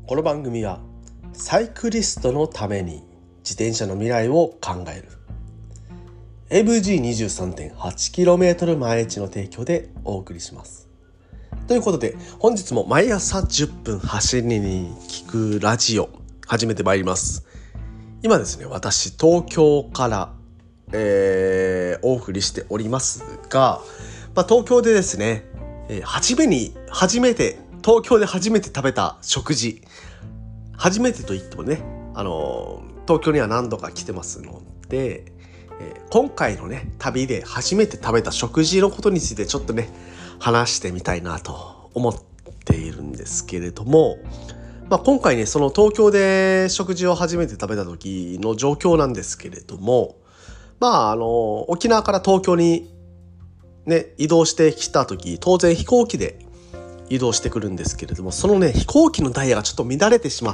この番組はサイクリストのために自転車の未来を考える AVG23.8km 毎日の提供でお送りします。ということで本日も毎朝10分走りに聞くラジオ始めてまいります。今ですね、私東京からお送りしておりますが、東京でですね、東京で初めて食べた食事、初めてと言ってもね、東京には何度か来てますので、今回のね旅で初めて食べた食事のことについてちょっとね話してみたいなと思っているんですけれども、今回ねその東京で食事を初めて食べた時の状況なんですけれども、沖縄から東京にね移動してきた時、当然飛行機で移動してくるんですけれども、そのね飛行機のダイヤがちょっと乱れてしまって、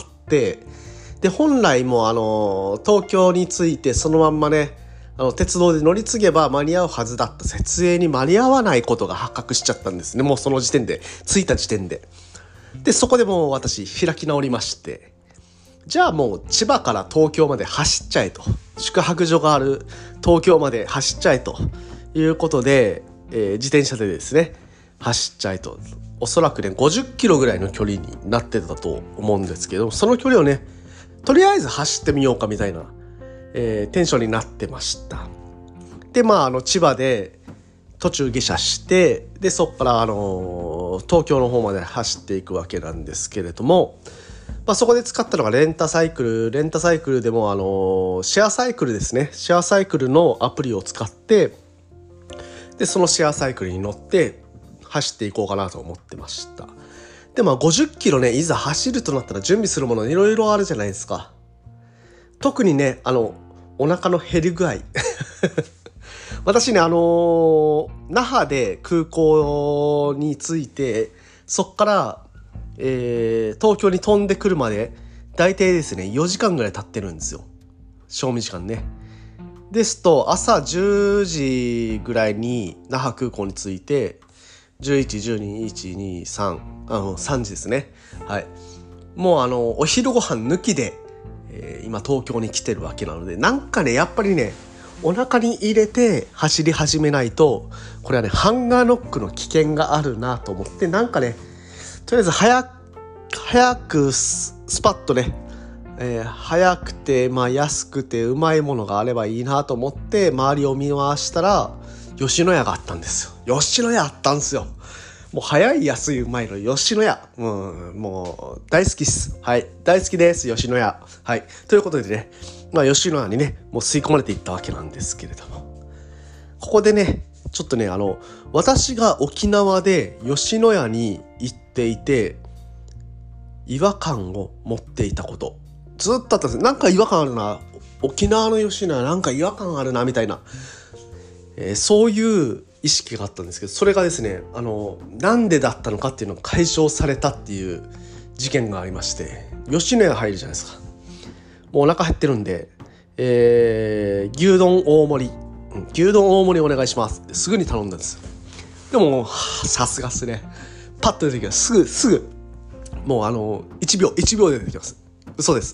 で本来も東京に着いてそのまんまね鉄道で乗り継げば間に合うはずだった設営に間に合わないことが発覚しちゃったんですね。もうその時点で着いた時点でそこでもう私開き直りまして、じゃあもう千葉から東京まで走っちゃえと、宿泊所がある東京まで走っちゃえということで、自転車でですね走っちゃえと、おそらくね50キロぐらいの距離になってたと思うんですけど、その距離をねとりあえず走ってみようかみたいな、テンションになってました。で千葉で途中下車して、でそこから東京の方まで走っていくわけなんですけれども、そこで使ったのがレンタサイクルでもシェアサイクルですね、シェアサイクルのアプリを使って、でそのシェアサイクルに乗って走っていこうかなと思ってました。で50キロねいざ走るとなったら準備するものいろいろあるじゃないですか。特にねお腹の減り具合私ね那覇で空港に着いて、そっから、東京に飛んでくるまで大体ですね4時間ぐらい経ってるんですよ、賞味時間ね。ですと朝10時ぐらいに那覇空港に着いて、11、12、1、2、3時ですね。はい。もうお昼ご飯抜きで、今東京に来てるわけなので、なんかねやっぱりねお腹に入れて走り始めないと、これはねハンガーノックの危険があるなと思って、なんかねとりあえず早くスパッとね、早くて安くてうまいものがあればいいなと思って周りを見回したら吉野家があったんですよ。吉野家あったんですよ。もう早い安いうまいの吉野家、もう大好きっす。はい、大好きです吉野家。はい、ということでね、吉野家にねもう吸い込まれていったわけなんですけれども、ここでねちょっとね私が沖縄で吉野家に行っていて違和感を持っていたことずっとあったんです。なんか違和感あるな、沖縄の吉野家なんか違和感あるなみたいな、そういう意識があったんですけど、それがですねなんでだったのかっていうのが解消されたっていう事件がありまして、吉野家入るじゃないですか。もうお腹減ってるんで、牛丼大盛りお願いしますってすぐに頼んだんですよ。でもさすがっすね、パッと出てきます。すぐもう1秒で出てきます。嘘です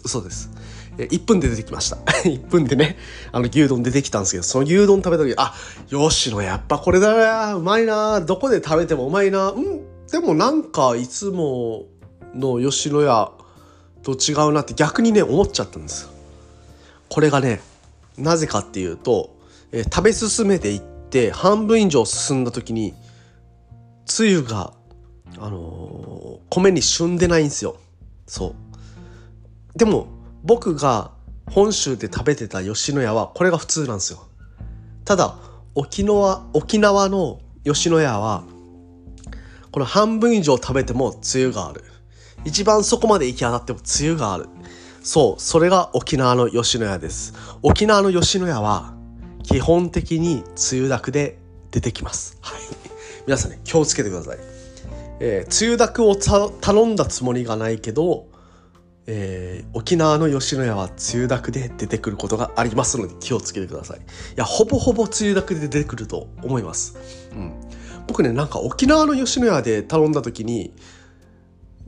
。1分で出てきました1分でね牛丼出てきたんですけど、その牛丼食べた時吉野やっぱこれだな、うまいな、どこで食べてもうまいな、でもなんかいつもの吉野家と違うなって逆にね思っちゃったんですよ。これがねなぜかっていうと、食べ進めていって半分以上進んだ時につゆが米に旬でないんですよ。そうでも僕が本州で食べてた吉野家はこれが普通なんですよ。ただ沖縄の吉野家はこの半分以上食べてもつゆがある、一番そこまで行き当たってもつゆがある、それが沖縄の吉野家です。沖縄の吉野家は基本的につゆだくで出てきます。はい、皆さんね気をつけてください。つゆだくを頼んだつもりがないけど、沖縄の吉野家はつゆだくで出てくることがありますので気をつけてください。いやほぼつゆだくで出てくると思います。僕ねなんか沖縄の吉野家で頼んだ時に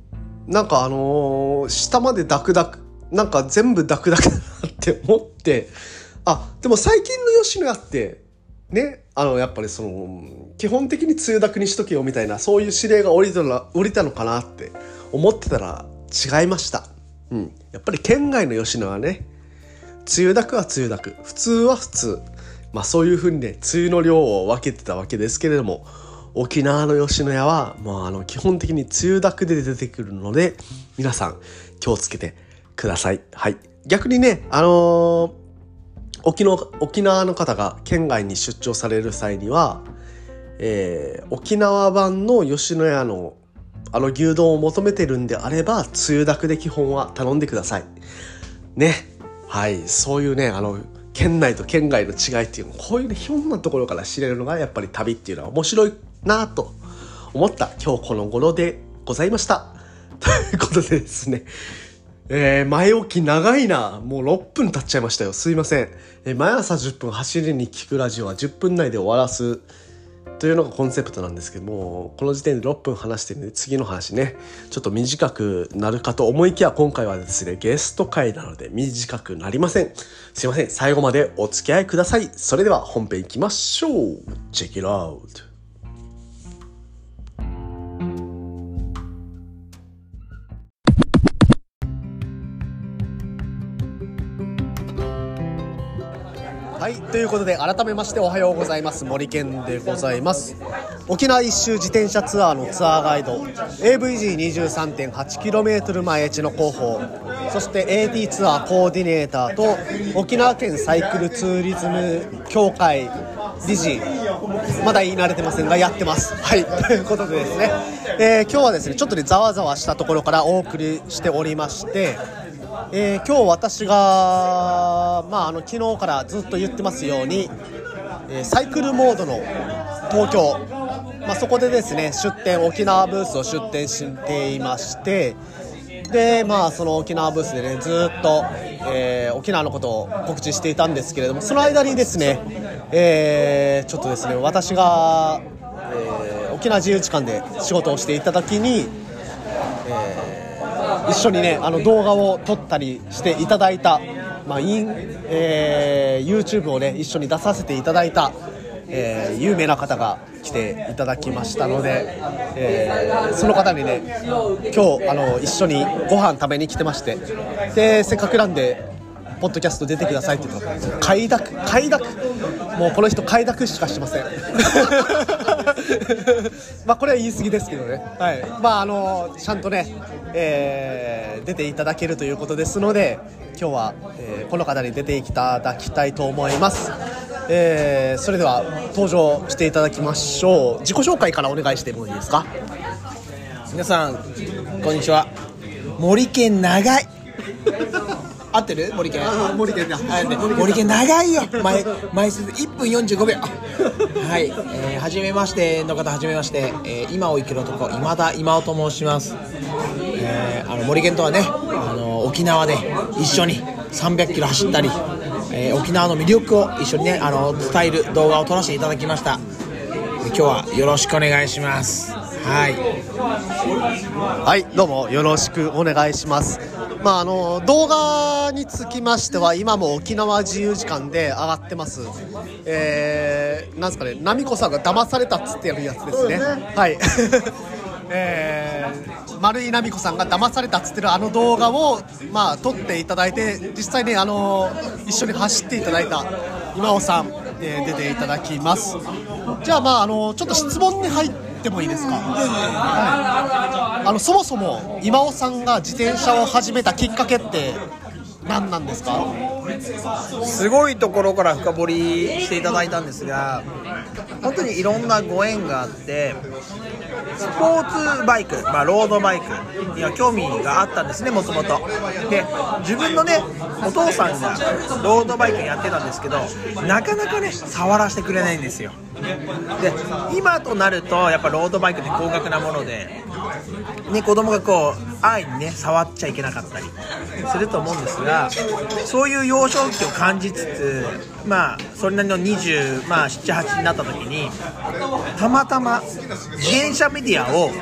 なんか下までダクダク、なんか全部ダクダクだなって思って、でも最近の吉野家ってね、やっぱりその基本的につゆだくにしとけよみたいな、そういう指令が降りたのかなって思ってたら違いました。やっぱり県外の吉野家はね、つゆだくはつゆだく、普通は普通、そういう風にね、つゆの量を分けてたわけですけれども、沖縄の吉野家はもう基本的につゆだくで出てくるので、皆さん気をつけてください。はい。逆にね、沖縄の方が県外に出張される際には、沖縄版の吉野家の牛丼を求めてるんであれば、つゆだくで基本は頼んでくださいね。はい。そういうね、県内と県外の違いっていうの、こういうね、ひょんなところから知れるのがやっぱり旅っていうのは面白いなと思った今日この頃でございました。ということでですね、前置き長いな。もう6分経っちゃいましたよ。すいません。毎朝10分走りに聞くラジオは10分内で終わらすというのがコンセプトなんですけども、この時点で6分話してるので、次の話ね、ちょっと短くなるかと思いきや、今回はですね、ゲスト会なので短くなりません。すいません。最後までお付き合いください。それでは本編いきましょう。Check it out。はい、ということで改めましておはようございます。森健でございます。沖縄一周自転車ツアーのツアーガイド AVG23.8km 前地の広報、そして AT ツアーコーディネーターと沖縄県サイクルツーリズム協会理事、まだ言い慣れてませんがやってます。はい、ということでですね、今日はですね、ちょっとねざわざわしたところからお送りしておりまして、今日私が、昨日からずっと言ってますように、サイクルモードの東京、そこでですね沖縄ブースを出店していまして、でその沖縄ブースでねずっと、沖縄のことを告知していたんですけれども、その間にですね、ちょっとですね私が、沖縄自由時間で仕事をしていた時に、一緒にね動画を撮ったりしていただいた、YouTube をね一緒に出させていただいた、有名な方が来ていただきましたので、その方にね今日一緒にご飯食べに来てまして、でせっかくなんでポッドキャスト出てくださいって言ったら、快諾、もうこの人快諾しかしてませんこれは言い過ぎですけどね、はい、ちゃんとね、出ていただけるということですので、今日は、この方に出ていただきたいと思います。それでは登場していただきましょう。自己紹介からお願いしてもいいですか。 皆さんこんにちは。森健長い合ってる？森健。 森健だ。 森健長いよ。枚数1分45秒。はい。初めましての方、初めまして。今を生きる男、今田今尾と申します。森健とはね、沖縄で一緒に300キロ走ったり、沖縄の魅力を一緒にね、伝える動画を撮らせていただきました。今日はよろしくお願いします。はい。 はい、どうもよろしくお願いします。動画につきましては今も沖縄自由時間で上がってます。なんですかね、ナミコさんが騙されたっつってやるやつですね。はい丸井ナミコさんが騙されたっつってる動画を撮っていただいて、実際ね一緒に走っていただいた今尾さん、出ていただきます。じゃあちょっと質問に入ってもいいですか。はい、そもそも今尾さんが自転車を始めたきっかけって何なんですか。 すごいところから深掘りしていただいたんですが、本当にいろんなご縁があって、スポーツバイク、ロードバイクには興味があったんですね、もともと。で、自分のねお父さんがロードバイクやってたんですけど、なかなかね触らせてくれないんですよ。で、今となるとやっぱロードバイクって高額なもので、ね、子供がこう安易にね触っちゃいけなかったりすると思うんですが、そういう幼少期を感じつつ、それなりの27、8になった時に、たまたま自転車メディアを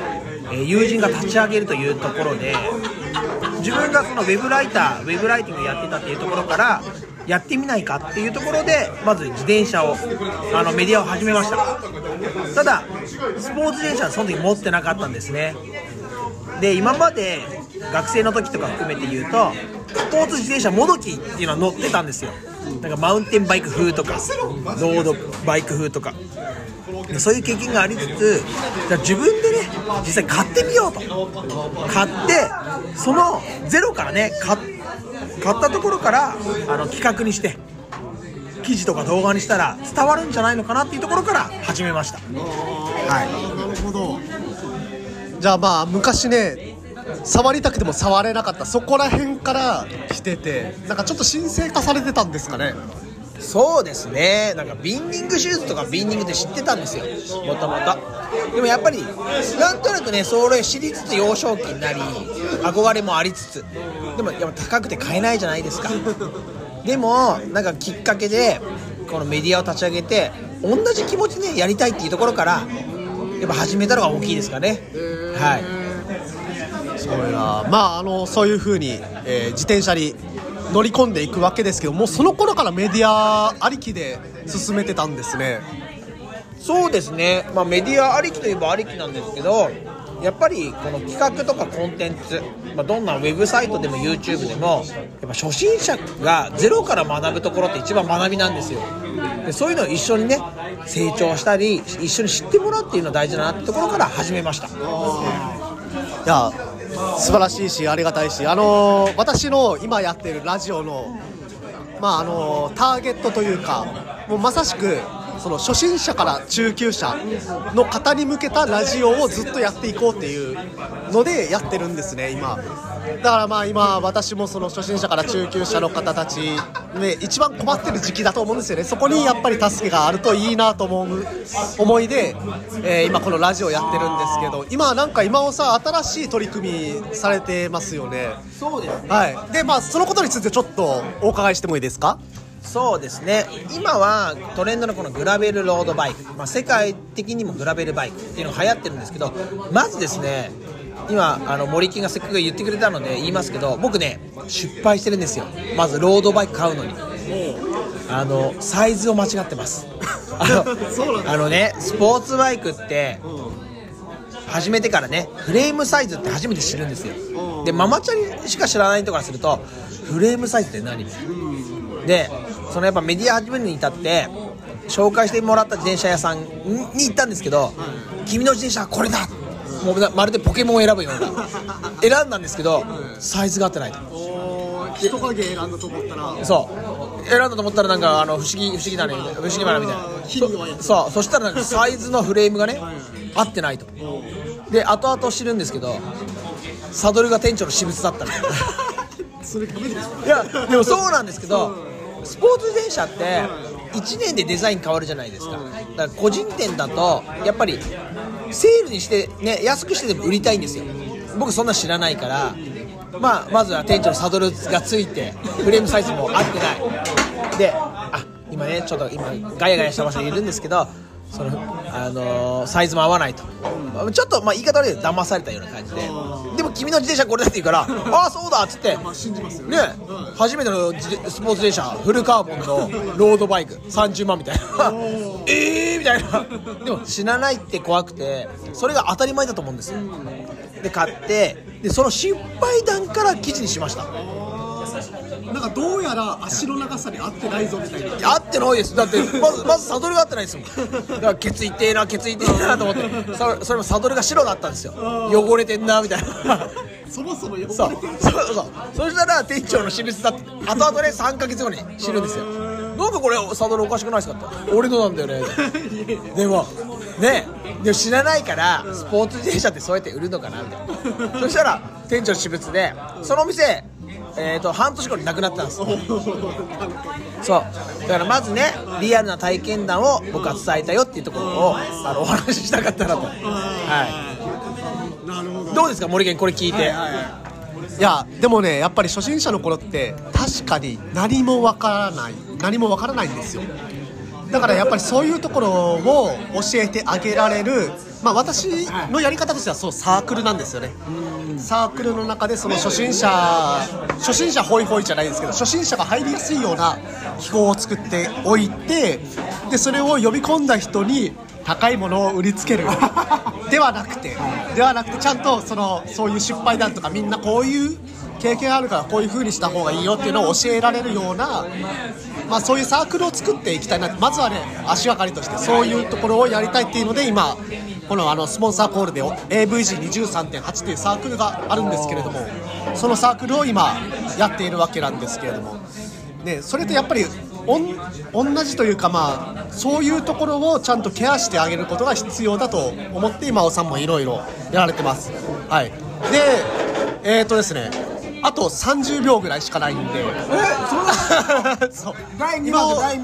友人が立ち上げるというところで、自分がそのウェブライティングやってたっていうところからやってみないかっていうところで、まず自転車をメディアを始めました。ただスポーツ自転車はその時持ってなかったんですね。で、今まで学生の時とか含めて言うと、スポーツ自転車もどきっていうのは乗ってたんですよ。なんかマウンテンバイク風とかロードバイク風とか、そういう経験がありつつ、じゃあ自分でね実際買ってみようと。買ってそのゼロからね買ったところから企画にして記事とか動画にしたら伝わるんじゃないのかなっていうところから始めました。 はい、なるほど。じゃあまあ昔ね触りたくても触れなかったそこら辺から来てて、なんかちょっと神聖化されてたんですかね。 そうですね、なんかビンディングシューズとかビンディングって知ってたんですよ、もともと。でもやっぱりなんとなくねそれ知りつつ幼少期になり憧れもありつつ、でもやっぱ高くて買えないじゃないですか。でもなんかきっかけでこのメディアを立ち上げて同じ気持ちでやりたいっていうところからやっぱ始めたのが大きいですかね。はい。 そうや、まあそういう風に、自転車に乗り込んでいくわけですけども、その頃からメディアありきで進めてたんですね。 そうですね、メディアありきといえばありきなんですけど、やっぱりこの企画とかコンテンツ、どんなウェブサイトでも YouTube でもやっぱ初心者がゼロから学ぶところって一番学びなんですよ。でそういうのを一緒にね成長したり一緒に知ってもらうっていうのが大事だなってところから始めました。 いや素晴らしいしありがたいし、私の今やってるラジオの、ターゲットというか、もうまさしくその初心者から中級者の方に向けたラジオをずっとやっていこうっていうのでやってるんですね今。だから今私もその初心者から中級者の方たちで一番困ってる時期だと思うんですよね。そこにやっぱり助けがあるといいなと思う思いで、今このラジオやってるんですけど、今尾さん新しい取り組みされてますよね。 そうですね、 はい。でそのことについてちょっとお伺いしてもいいですか。 そうですね、今はトレンドのこのグラベルロードバイク、世界的にもグラベルバイクっていうのが流行ってるんですけど、まずですね今森木がせっかく言ってくれたので言いますけど、僕ね失敗してるんですよ。まずロードバイク買うのにサイズを間違ってます。スポーツバイクって始めてからねフレームサイズって初めて知るんですよ。でママチャリしか知らない人からするとフレームサイズって何で、そのやっぱメディア始めるに至って紹介してもらった自転車屋さんに行ったんですけど、君の自転車はこれだ、もうまるでポケモンを選ぶような選んだんですけど、サイズが合ってないと。 人影選んだと思ったら、 そう選んだと思ったらなんか不思議だね不思議だなみたいな。そしたらなんかサイズのフレームがね合ってないと。で後々知るんですけどサドルが店長の私物だったみたいな。 それダメですか。 いやでもそうなんですけど、スポーツ自転車って1年でデザイン変わるじゃないですか。だから個人店だとやっぱりセールにしてね安くしてでも売りたいんですよ。僕そんな知らないから、まずは店長のサドルがついてフレームサイズも合ってないで、今ねちょっとガヤガヤした場所にいるんですけど、そのサイズも合わないと、ちょっと言い方悪いけど騙されたような感じで、でも君の自転車これだって言うからああそうだっつって、 信じますよね、初めてのスポーツ自転車フルカーボンのロードバイク30万みたいなみたいな。でも知らないって怖くてそれが当たり前だと思うんですよ。で買ってでその失敗談から記事にしました。 なんかどうやら足の長さに合ってないぞみたいな。 合ってないです。だってまずサドルが合ってないですもん。だからケツいってえなと思って、それもサドルが白だったんですよ。汚れてんなみたいな。 そもそも汚れてる。 そうそしたら店長の私物だって後々ね3ヶ月後に知るんですよ。なんかこれサドルおかしくないですかって、俺のなんだよね。でも知らないからスポーツ自転車ってそうやって売るのかなみたいな。そしたら店長の私物でその店半年後に亡くなったんですよ。そうだからまずねリアルな体験談を僕は伝えたよっていうところをお話ししたかったなと。 なるほど。 どうですか森健これ聞いて。 いやでもねやっぱり初心者の頃って確かに何もわからないんですよ。だからやっぱりそういうところを教えてあげられるまあ私のやり方としてはそうサークルなんですよね。サークルの中でその初心者ホイホイじゃないですけど、初心者が入りやすいような機構を作っておいて、でそれを呼び込んだ人に高いものを売りつけるではなくてちゃんとそういう失敗談とか、みんなこういう経験あるからこういう風にした方がいいよっていうのを教えられるような、まあ、そういうサークルを作っていきたいな。まずはね、足がかりとしてそういうところをやりたいっていうので、今このスポンサーコールで AVG23.8 っていうサークルがあるんですけれども、そのサークルを今やっているわけなんですけれども、ね、それとやっぱり同じというか、まあそういうところをちゃんとケアしてあげることが必要だと思って今尾さんもいろいろやられてます。はい。でですね、あと30秒ぐらいしかないんで、そう第2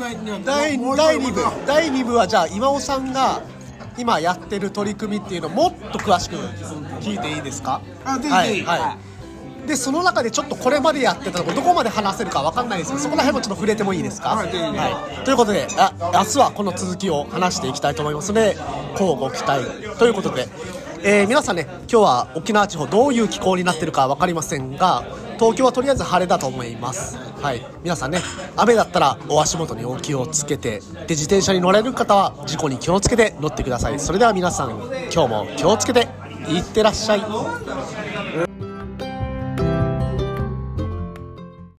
部はじゃあ今尾さんが今やってる取り組みっていうのをもっと詳しく聞いていいですか？でその中でちょっとこれまでやってたところどこまで話せるか分かんないですけど、そこら辺もちょっと触れてもいいですか？はい、ということで明日はこの続きを話していきたいと思いますので、乞うご期待ということで、皆さんね、今日は沖縄地方どういう気候になってるか分かりませんが、東京はとりあえず晴れだと思います。はい、皆さんね、雨だったらお足元にお気をつけて、で自転車に乗れる方は事故に気をつけて乗ってください。それでは皆さん、今日も気をつけていってらっしゃい。